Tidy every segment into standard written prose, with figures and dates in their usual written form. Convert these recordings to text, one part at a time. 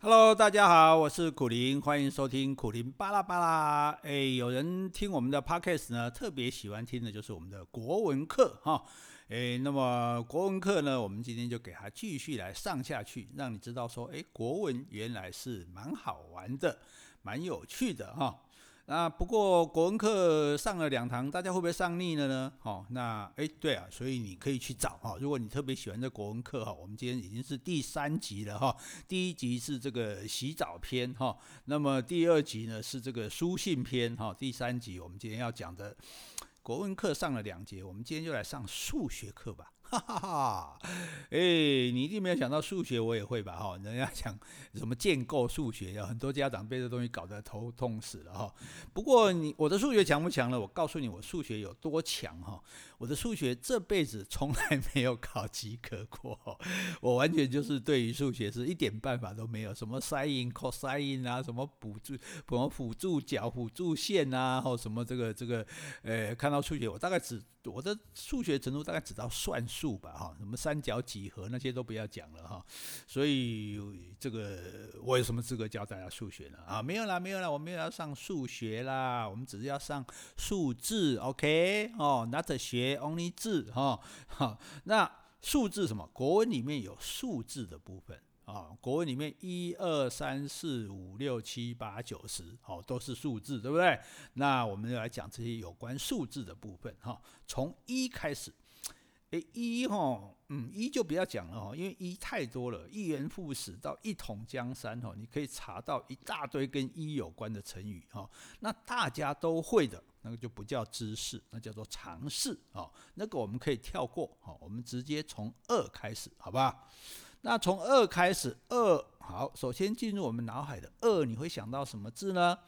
Hello，大家好，我是苦林，欢迎收听苦林巴拉巴拉。有人听我们的 Podcast 呢，特别喜欢听的就是我们的国文课哈。那么国文课呢，我们今天就给它继续来上下去，让你知道说，国文原来是蛮好玩的，蛮有趣的哈。不过国文课上了2堂，大家会不会上腻了呢？对啊，所以你可以去找哈。如果你特别喜欢这国文课哈，我们今天已经是第3集了哈。第1集是这个洗澡篇哈，那么第2集呢是这个书信篇哈，第3集我们今天要讲的国文课上了2节，我们今天就来上数学课吧。哈哈哈，你一定没有想到数学我也会吧？哈，人家讲什么建构数学，很多家长被这东西搞得头痛死了哈。不过我的数学强不强呢？我告诉你，我数学有多强哈！我的数学这辈子从来没有考及格过，我完全就是对于数学是一点办法都没有，什么 sin、cosine 啊，什么辅助角、辅助线啊，什么看到数学我的数学程度大概只到算术吧哈，什么三角几何那些都不要讲了哈，所以这个我有什么资格教大家数学呢？没有啦，我没有要上数学啦，我们只是要上数字 ，OK 哦 ，not 学 only 字哈。那数字什么？国文里面有数字的部分。国文里面1、2、3、4、5、6、7、8、9、10，都是数字，对不对？那我们就来讲这些有关数字的部分哈，从一开始。一就不要讲了，因为一太多了，一元复始到一统江山，你可以查到一大堆跟一有关的成语，那大家都会的那个就不叫知识，那叫做常识，那个我们可以跳过，我们直接从2开始，好吧？那从2开始，好，首先进入我们脑海的2，你会想到什么字呢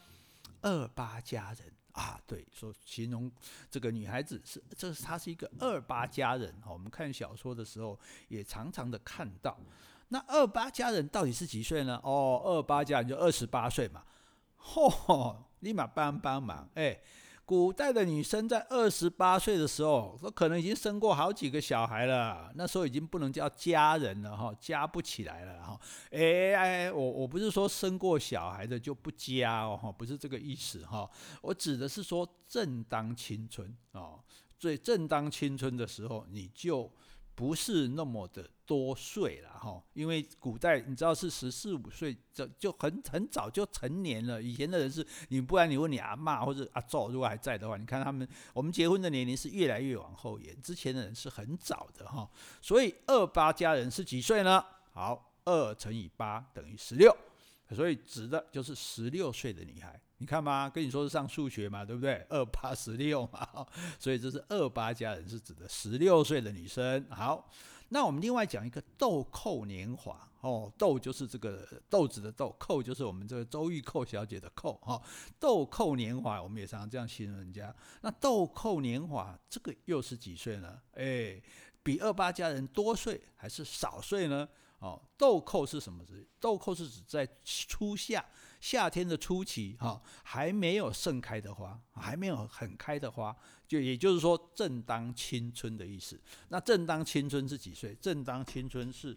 ？28佳人啊，对，说形容这个女孩子她是一个28佳人，我们看小说的时候也常常的看到。那28佳人到底是几岁呢？28佳人就28岁嘛。立马帮忙，古代的女生在28岁的时候，都可能已经生过好几个小孩了，那时候已经不能叫佳人了，佳不起来了。我不是说生过小孩的就不佳不是这个意思我指的是说正当青春所以正当青春的时候，你就不是那么的多岁了因为古代你知道是14、15岁就很早就成年了。以前的人是不然你问你阿嬷或者阿祖如果还在的话，你看我们结婚的年龄是越来越往后延，之前的人是很早的所以28佳人是几岁呢？好，2乘以8等于16，所以指的就是16岁的女孩。你看嘛，跟你说是上数学嘛，对不对？28、16嘛，所以这是28佳人，是指的16岁的女生。好，那我们另外讲一个豆蔻年华豆就是这个豆子的豆，蔻就是我们这个周玉蔻小姐的蔻豆蔻年华，我们也常常这样形容人家。那豆蔻年华这个又是几岁呢？比28佳人多岁还是少岁呢？豆蔻是什么？豆蔻是指在初夏夏天的初期还没有盛开的花，还没有很开的花，也就是说正当青春的意思。那正当青春是几岁？正当青春是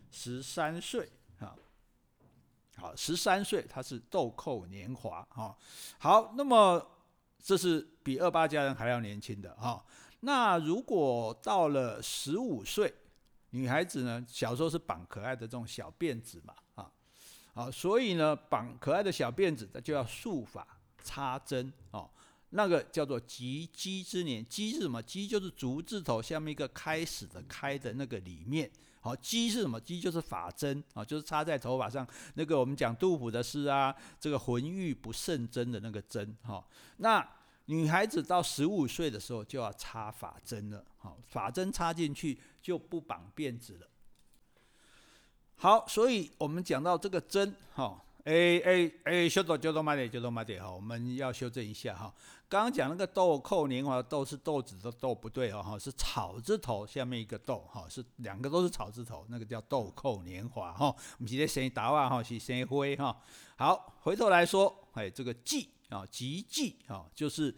13岁好，13岁它是豆蔻年华好，那么这是比28佳人还要年轻的那如果到了15岁，女孩子呢，小时候是绑可爱的这种小辫子嘛所以呢，绑可爱的小辫子，就要束发插针那个叫做及笄之年。笄是什么？笄就是竹字头下面一个开始的开的那个里面。笄是什么？笄就是发针就是插在头发上。那个我们讲杜甫的诗啊，这个浑欲不胜针的那个针那女孩子到15岁的时候就要插发针了发针插进去就不绑辫子了。好，所以我们讲到这个针修多慢点我们要修正一下刚刚讲那个豆蔻年华的豆是豆子的豆，不对是草字头下面一个豆是2个都是草字头，那个叫豆蔻年华不是在生桃啊是生花好，回头来说这个笄及笄就是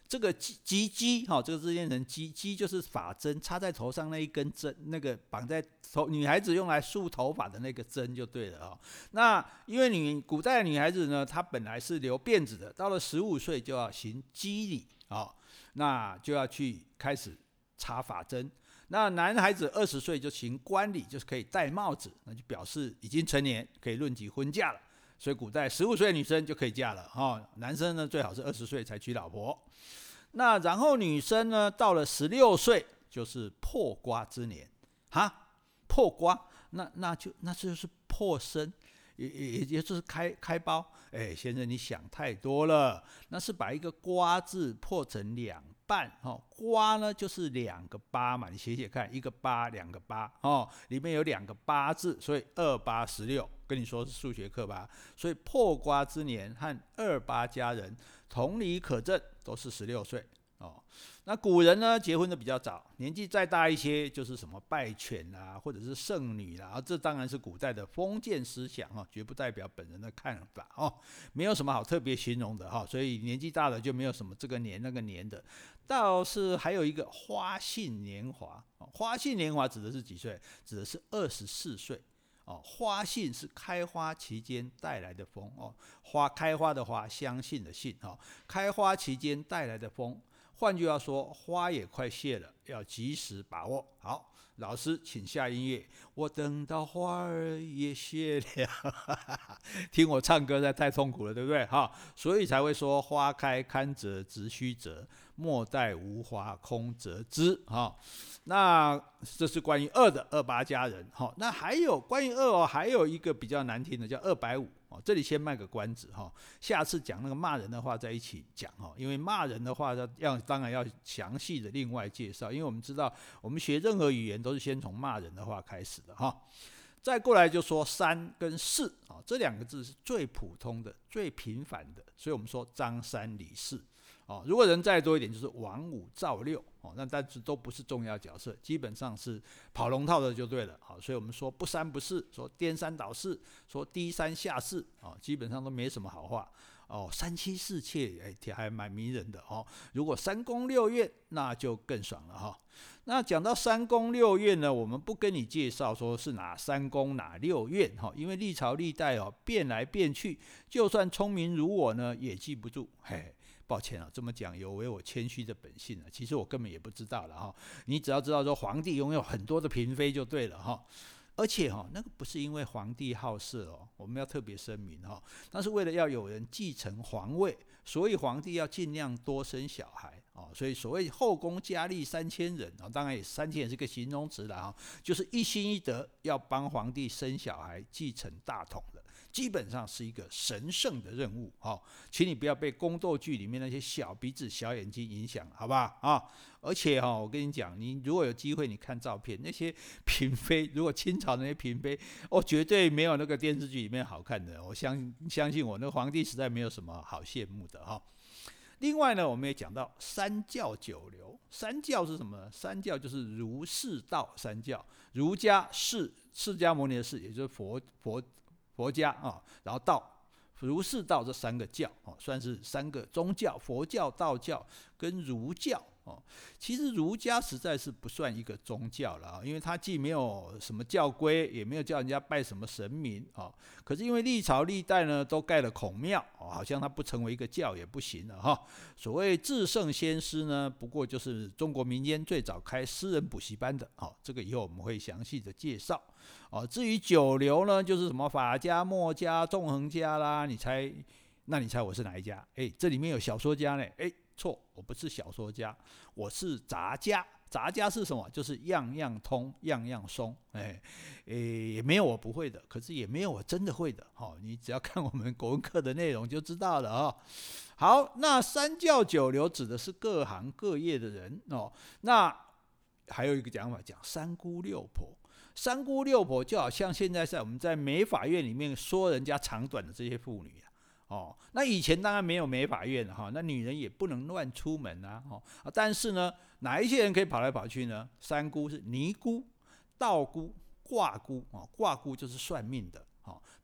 这个鸡哈，这个字念成鸡就是发针，插在头上那一根针，那个绑在头女孩子用来束头发的那个针就对了哦。那因为古代的女孩子呢，她本来是留辫子的，到了15岁就要行笄礼哦，那就要去开始插发针。那男孩子20岁就行冠礼，就是可以戴帽子，那就表示已经成年，可以论及婚嫁了。所以古代15岁的女生就可以嫁了哈，男生呢最好是20岁才娶老婆。那然后女生呢到了16岁就是破瓜之年，哈，破瓜，那就是破身，也就是开包。哎，先生你想太多了，那是把一个瓜字破成2半哦，瓜呢就是2个八嘛，你写写看，一个八2个八哦，里面有2个八字，所以2八16，跟你说是数学课吧。所以破瓜之年和28佳人同理可证，都是16岁哦。那古人呢，结婚的比较早，年纪再大一些，就是什么拜犬啦，或者是剩女啦，这当然是古代的封建思想哦，绝不代表本人的看法哦，没有什么好特别形容的哈。所以年纪大了就没有什么这个年那个年的。倒是还有一个花信年华，花信年华指的是几岁？指的是24岁。哦，花信是开花期间带来的风哦，开花的花，相信的信哦，开花期间带来的风。换句话说，花也快谢了，要及时把握。好，老师请下音乐。我等到花儿也谢了，听我唱歌实在太痛苦了，对不对？哈，所以才会说花开堪折直须折，莫待无花空折枝。哈，那这是关于2的28佳人。哈，那还有关于2哦，还有一个比较难听的叫250。这里先卖个关子哈，下次讲那个骂人的话再一起讲哈，因为骂人的话当然要详细的另外介绍，因为我们知道我们学任何语言都是先从骂人的话开始的哈。再过来就说3跟4啊，这2个字是最普通的、最频繁的，所以我们说张3李4。如果人再多一点，就是王5赵6，那但是都不是重要角色，基本上是跑龙套的就对了。所以我们说不3不4，说颠3倒4，说低3下4，基本上都没什么好话。3妻4妾，还蛮迷人的哦。如果3宫6院，那就更爽了哈。那讲到3宫6院呢，我们不跟你介绍说是哪3宫哪6院哈，因为历朝历代变来变去，就算聪明如我呢，也记不住。嘿，抱歉啊，这么讲有违我谦虚的本性啊。其实我根本也不知道了哈。你只要知道说皇帝拥有很多的嫔妃就对了哈。而且那个不是因为皇帝好色哦，我们要特别声明哈，那是为了要有人继承皇位，所以皇帝要尽量多生小孩哦。所以所谓后宫佳丽3000人啊，当然也3000也是个形容词啦哈，就是一心一德要帮皇帝生小孩，继承大统的。基本上是一个神圣的任务，请你不要被宫斗剧里面那些小鼻子小眼睛影响，好不好啊？而且我跟你讲，你如果有机会你看照片，那些嫔妃，如果清朝那些嫔妃，绝对没有那个电视剧里面好看的。我相信我，那个皇帝实在没有什么好羡慕的哈。另外呢，我们也讲到3教9流。3教是什么呢？3教就是儒释道3教，儒家释迦牟尼的释，也就是佛家啊，然后道，儒释道这3个教算是3个宗教，佛教、道教跟儒教。其实儒家实在是不算一个宗教了，因为它既没有什么教规，也没有叫人家拜什么神明。可是因为历朝历代呢都盖了孔庙，好像它不成为一个教也不行了哈。所谓至圣先师呢，不过就是中国民间最早开私人补习班的，这个以后我们会详细的介绍。至于9流呢，就是什么法家、墨家、纵横家啦，那你猜我是哪一家？这里面有小说家呢。错，我不是小说家，我是杂家。杂家是什么？就是样样通，样样松。也没有我不会的，可是也没有我真的会的。你只要看我们国文课的内容就知道了。好，那3教9流指的是各行各业的人。那还有一个讲法，讲3姑6婆。3姑6婆就好像现在我们在美法院里面说人家长短的这些妇女。那以前当然没有美法院那女人也不能乱出门但是呢，哪一些人可以跑来跑去呢？3姑是尼姑、道姑、卦姑，卦姑就是算命的，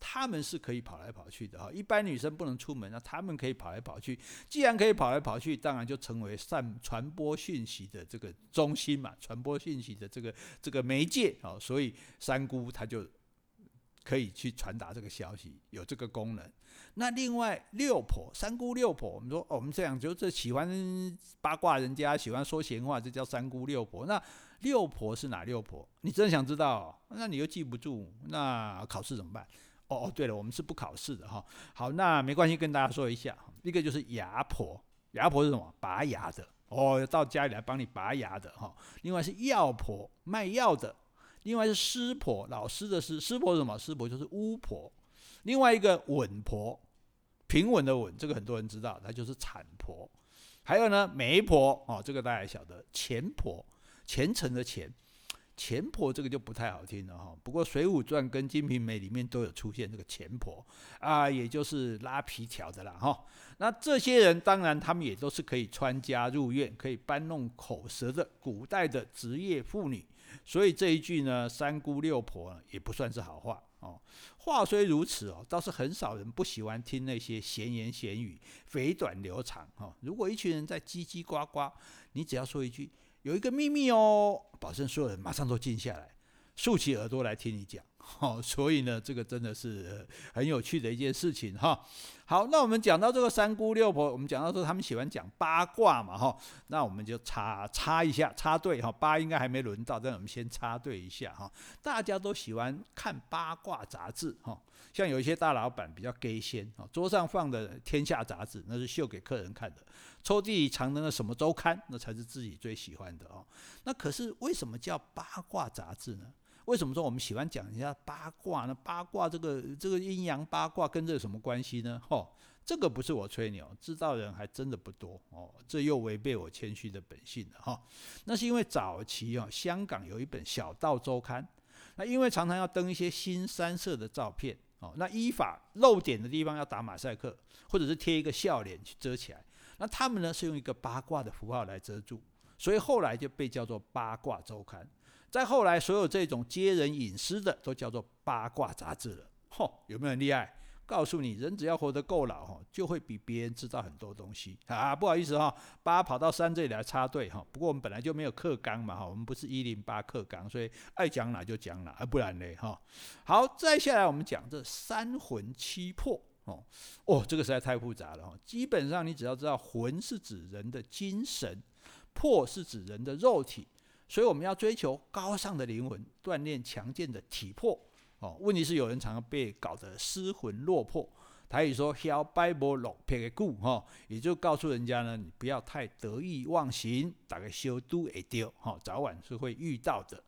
他们是可以跑来跑去的哈。一般女生不能出门，那他们可以跑来跑去。既然可以跑来跑去，当然就成为传播讯息的这个中心嘛，传播讯息的这个媒介啊。所以三姑她就可以去传达这个消息，有这个功能。那另外六婆，三姑六婆，我们说我们这样就是喜欢八卦人家，喜欢说闲话，这叫三姑六婆。那六婆是哪六婆？你真的想知道？那你又记不住，那考试怎么办？对了，我们是不考试的哈。好，那没关系，跟大家说一下，一个就是牙婆，牙婆是什么？拔牙的到家里来帮你拔牙的哈。另外是药婆，卖药的。另外是师婆，老师的师，师婆是什么？师婆就是巫婆。另外一个稳婆，平稳的稳，这个很多人知道，它就是产婆。还有呢，媒婆这个大家也晓得，钱婆，虔诚的钱。钱婆这个就不太好听了哈，不过《水浒传》跟《金瓶梅》里面都有出现这个钱婆也就是拉皮条的啦哈。那这些人当然他们也都是可以穿家入院，可以搬弄口舌的古代的职业妇女，所以这一句呢，三姑六婆也不算是好话话虽如此倒是很少人不喜欢听那些闲言闲语，肥短流长如果一群人在叽叽呱呱，你只要说一句有一个秘密保证所有人马上都静下来，竖起耳朵来听你讲所以呢，这个真的是很有趣的一件事情哈。好，那我们讲到这个三姑六婆，我们讲到说他们喜欢讲八卦嘛那我们就插一下，插队八应该还没轮到，但我们先插队一下大家都喜欢看八卦杂志像有一些大老板比较给先桌上放的天下杂志那是秀给客人看的，抽屉里藏的什么周刊那才是自己最喜欢的那可是为什么叫八卦杂志呢？为什么说我们喜欢讲一下八卦呢？八卦这个阴阳八卦跟这有什么关系呢？这个不是我吹牛，知道人还真的不多这又违背我谦虚的本性了那是因为早期香港有一本小道周刊，那因为常常要登一些新三色的照片那依法漏点的地方要打马赛克，或者是贴一个笑脸去遮起来，那他们呢是用一个八卦的符号来遮住，所以后来就被叫做八卦周刊。再后来，所有这种揭人隐私的都叫做八卦杂志了。有没有很厉害？告诉你，人只要活得够老，就会比别人知道很多东西不好意思八跑到3这里来插队不过我们本来就没有课纲嘛我们不是108课纲，所以爱讲哪就讲哪不然嘞好，再下来我们讲这三魂七魄这个实在太复杂了基本上你只要知道魂是指人的精神，魄是指人的肉体，所以我们要追求高尚的灵魂，锻炼强健的体魄问题是有人常常被搞得失魂落魄，台语说摇摆无落魄的久也就告诉人家呢，你不要太得意忘形，大概修都会丢早晚是会遇到的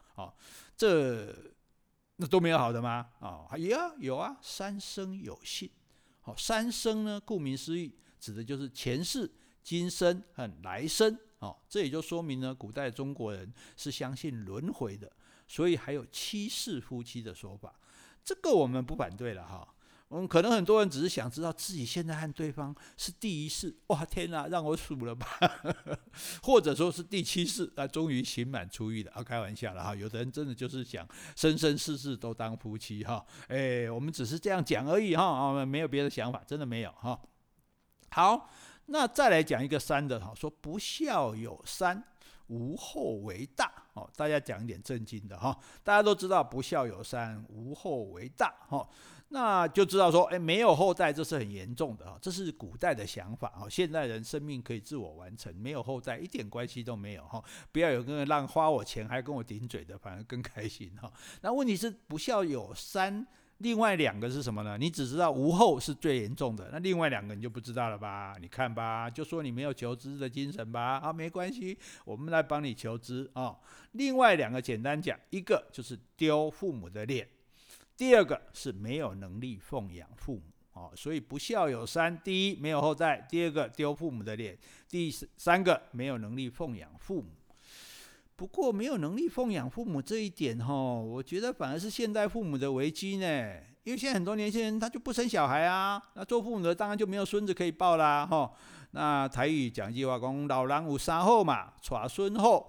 那都没有好的吗？有啊，三生有幸三生呢，顾名思义，指的就是前世、今生和来生这也就说明呢，古代中国人是相信轮回的，所以还有七世夫妻的说法，这个我们不反对了可能很多人只是想知道自己现在和对方是第一世，哇天哪，让我数了吧或者说是第7世终于刑满出狱了开玩笑了有的人真的就是想生生世世都当夫妻我们只是这样讲而已没有别的想法，真的没有好，那再来讲一个三的说不孝有三，无后为大大家讲一点正经的大家都知道不孝有三，无后为大那就知道说没有后代这是很严重的这是古代的想法现代人生命可以自我完成，没有后代一点关系都没有不要有个人让花我钱还跟我顶嘴的，反而更开心那问题是不孝有三，另外2个是什么呢？你只知道无后是最严重的，那另外2个你就不知道了吧？你看吧，就说你没有求知的精神吧没关系，我们来帮你求知另外2个简单讲，一个就是丢父母的脸，第2个是没有能力奉养父母所以不孝有三，第一没有后代，第2个丢父母的脸，第3个没有能力奉养父母。不过没有能力奉养父母这一点我觉得反而是现代父母的危机呢，因为现在很多年轻人他就不生小孩那做父母的当然就没有孙子可以抱啦那台语讲一句话讲老人有三好嘛，带孙好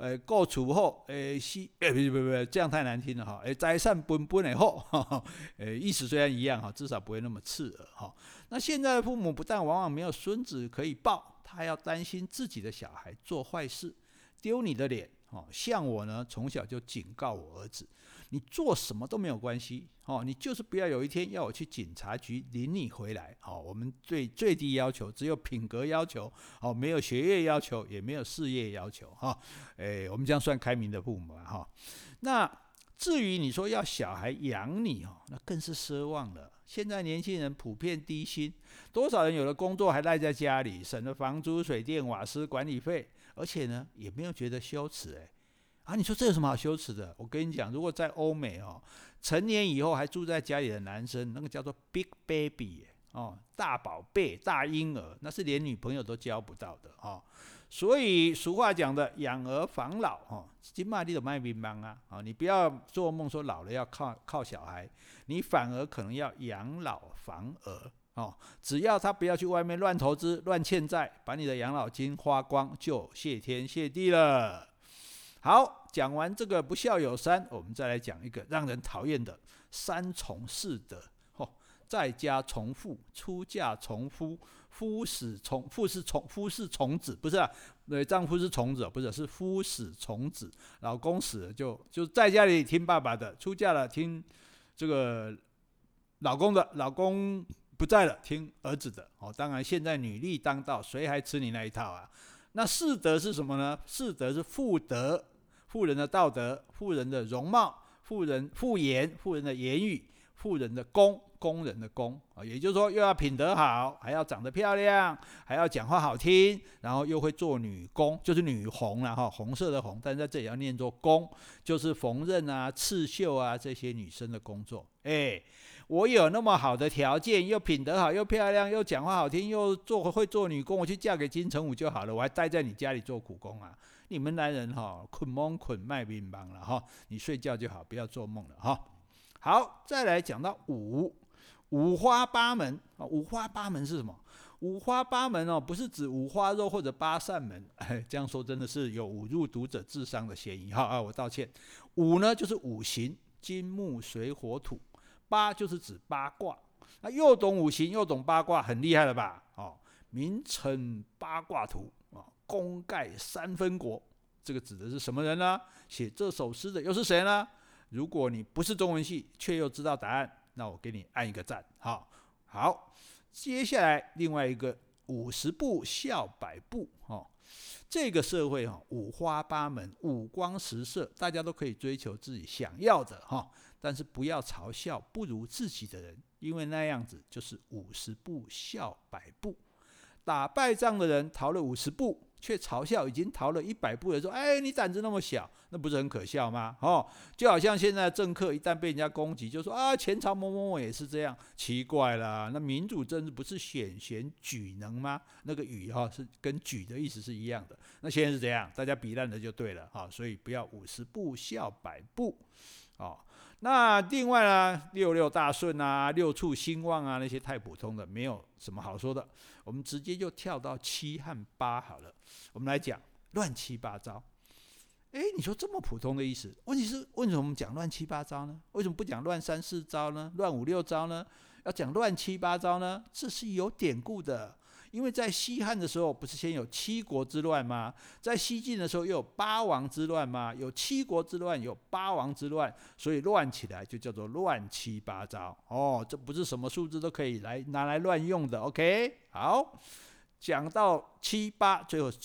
顾厝好，不，这样太难听了哈，财产分的好，意思虽然一样哈，至少不会那么刺耳哈。那现在的父母不但往往没有孙子可以抱，他还要担心自己的小孩做坏事，丢你的脸。像我呢，从小就警告我儿子，你做什么都没有关系，你就是不要有一天要我去警察局领你回来。我们最低要求只有品格要求，没有学业要求，也没有事业要求。我们这样算开明的父母啊。那至于你说要小孩养你，那更是奢望了。现在年轻人普遍低薪，多少人有了工作还赖在家里，省了房租、水电、瓦斯管理费，而且呢也没有觉得羞耻。你说这有什么好羞耻的？我跟你讲，如果在欧美成年以后还住在家里的男生，那个叫做 big baby 大宝贝、大婴儿，那是连女朋友都交不到的所以俗话讲的养儿防老现在你就别迷茫啊你不要做梦说老了要靠小孩，你反而可能要养老防儿只要他不要去外面乱投资、乱欠债，把你的养老金花光，就谢天谢地了。好，讲完这个不孝有三，我们再来讲一个让人讨厌的三从四德。在家从父，出嫁从夫，夫是从子，不是对，丈夫是从子，不是，是夫死从子。老公死了就在家里听爸爸的，出嫁了听这个老公的，老公不在了听儿子的。当然现在女力当道，谁还吃你那一套啊？那四德是什么呢？四德是妇德，妇人的道德，妇人的容貌，妇言，妇人的言语，妇人的工人的工，也就是说又要品德好，还要长得漂亮，还要讲话好听，然后又会做女工，就是女红啦，红色的红，但是在这里要念作工，就是缝纫啊、刺绣啊这些女生的工作。我有那么好的条件，又品德好，又漂亮，又讲话好听，又会做女工，我去嫁给金城武就好了，我还待在你家里做苦工啊？你们男人捆梦捆卖乒乓了你睡觉就好，不要做梦了好，再来讲到五花八门。五花八门是什么？五花八门不是指五花肉或者八扇门，这样说真的是有侮辱读者智商的嫌疑我道歉。五呢就是五行，金木水火土。八就是指八卦，又懂五行又懂八卦，很厉害了吧？名称八卦图功盖三分国，这个指的是什么人呢？写这首诗的又是谁呢？如果你不是中文系却又知道答案，那我给你按一个赞。好，接下来另外一个50步笑百步这个社会五花八门，五光十色，大家都可以追求自己想要的但是不要嘲笑不如自己的人，因为那样子就是50步笑百步。打败仗的人逃了50步，却嘲笑已经逃了100步的人说：“你胆子那么小，那不是很可笑吗？”就好像现在的政客一旦被人家攻击，就说前朝某某某也是这样，奇怪啦。那民主政治不是选举能吗？那个举是跟举的意思是一样的。那现在是怎样？大家比烂的就对了所以不要50步笑百步那另外呢，66大顺啊、6畜兴旺啊，那些太普通的，没有什么好说的。我们直接就跳到7和8好了。我们来讲乱七八糟。你说这么普通的意思，问题是为什么我们讲乱七八糟呢？为什么不讲乱3、4招呢？乱5、6招呢？要讲乱七八糟呢？这是有典故的。因为在西汉的时候，不是先有7国之乱吗？在西晋的时候又有8王之乱吗？有7国之乱，有8王之乱，所以乱起来就叫做乱七八糟这不是什么数字都可以拿来乱用的。OK， 好，讲到7、8，最后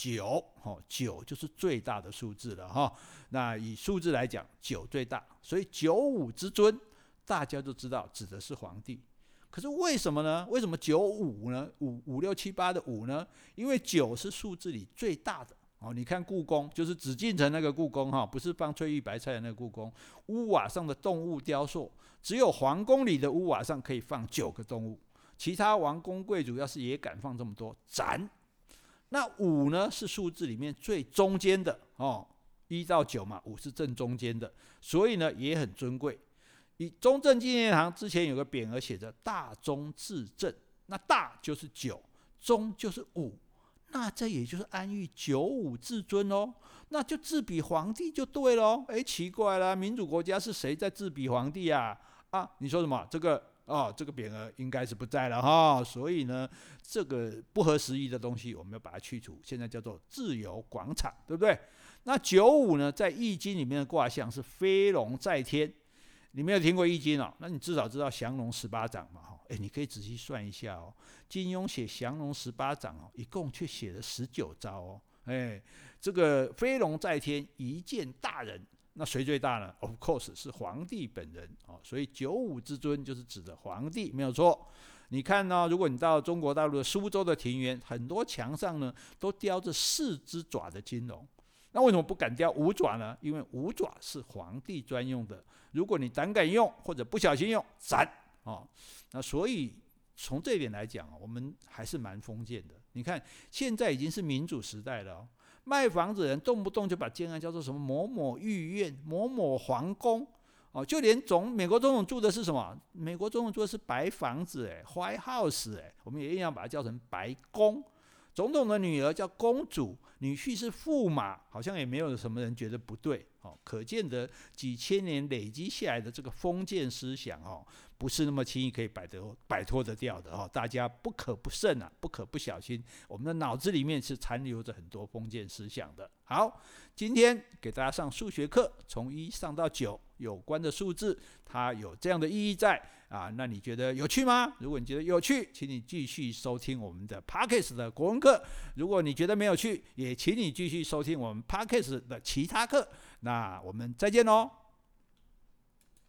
9就是最大的数字了那以数字来讲，9最大，所以9五之尊，大家就知道指的是皇帝。可是为什么呢？为什么95呢？5、6、7、8的5呢？因为9是数字里最大的你看故宫，就是紫禁城那个故宫不是放翠玉白菜的那个故宫，屋瓦上的动物雕塑，只有皇宫里的屋瓦上可以放9个动物，其他王公贵族要是也敢放这么多，斩。那5呢是数字里面最中间的1到9嘛，5是正中间的，所以呢也很尊贵。以中正纪念堂之前有个匾额写着大中至正，那大就是9，中就是5， 那这也就是暗喻95至尊哦，那就自比皇帝就对咯。奇怪了，民主国家是谁在自比皇帝啊？你说什么？这个匾额应该是不在了哈，所以呢，这个不合时宜的东西我们要把它去除，现在叫做自由广场，对不对？那95呢，在易经里面的卦象是飞龙在天，你没有听过易经哦，那你至少知道降龙18掌嘛，你可以仔细算一下哦，金庸写降龙18掌哦，一共却写了19招哦，这个飞龙在天，一见大人。那谁最大呢？ Of course 是皇帝本人所以95之尊就是指的皇帝，没有错。你看呢，如果你到中国大陆的苏州的庭园，很多墙上呢都雕着4只爪的金龙。那为什么不敢雕5爪呢？因为5爪是皇帝专用的，如果你胆敢用或者不小心用，斩那所以从这一点来讲，我们还是蛮封建的。你看现在已经是民主时代了卖房子的人动不动就把建案叫做什么某某御苑、某某皇宫就连美国总统住的是什么？美国总统住的是白房子，White House 我们也一样把它叫成白宫。总统的女儿叫公主，女婿是驸马，好像也没有什么人觉得不对可见得几千年累积下来的这个封建思想不是那么轻易可以摆脱得掉的大家不可不慎不可不小心，我们的脑子里面是残留着很多封建思想的。好，今天给大家上数学课，从1上到9有关的数字，它有这样的意义在那你觉得有趣吗？如果你觉得有趣，请你继续收听我们的 Podcast 的国文课。如果你觉得没有趣，也请你继续收听我们 Podcast 的其他课。那我们再见咯。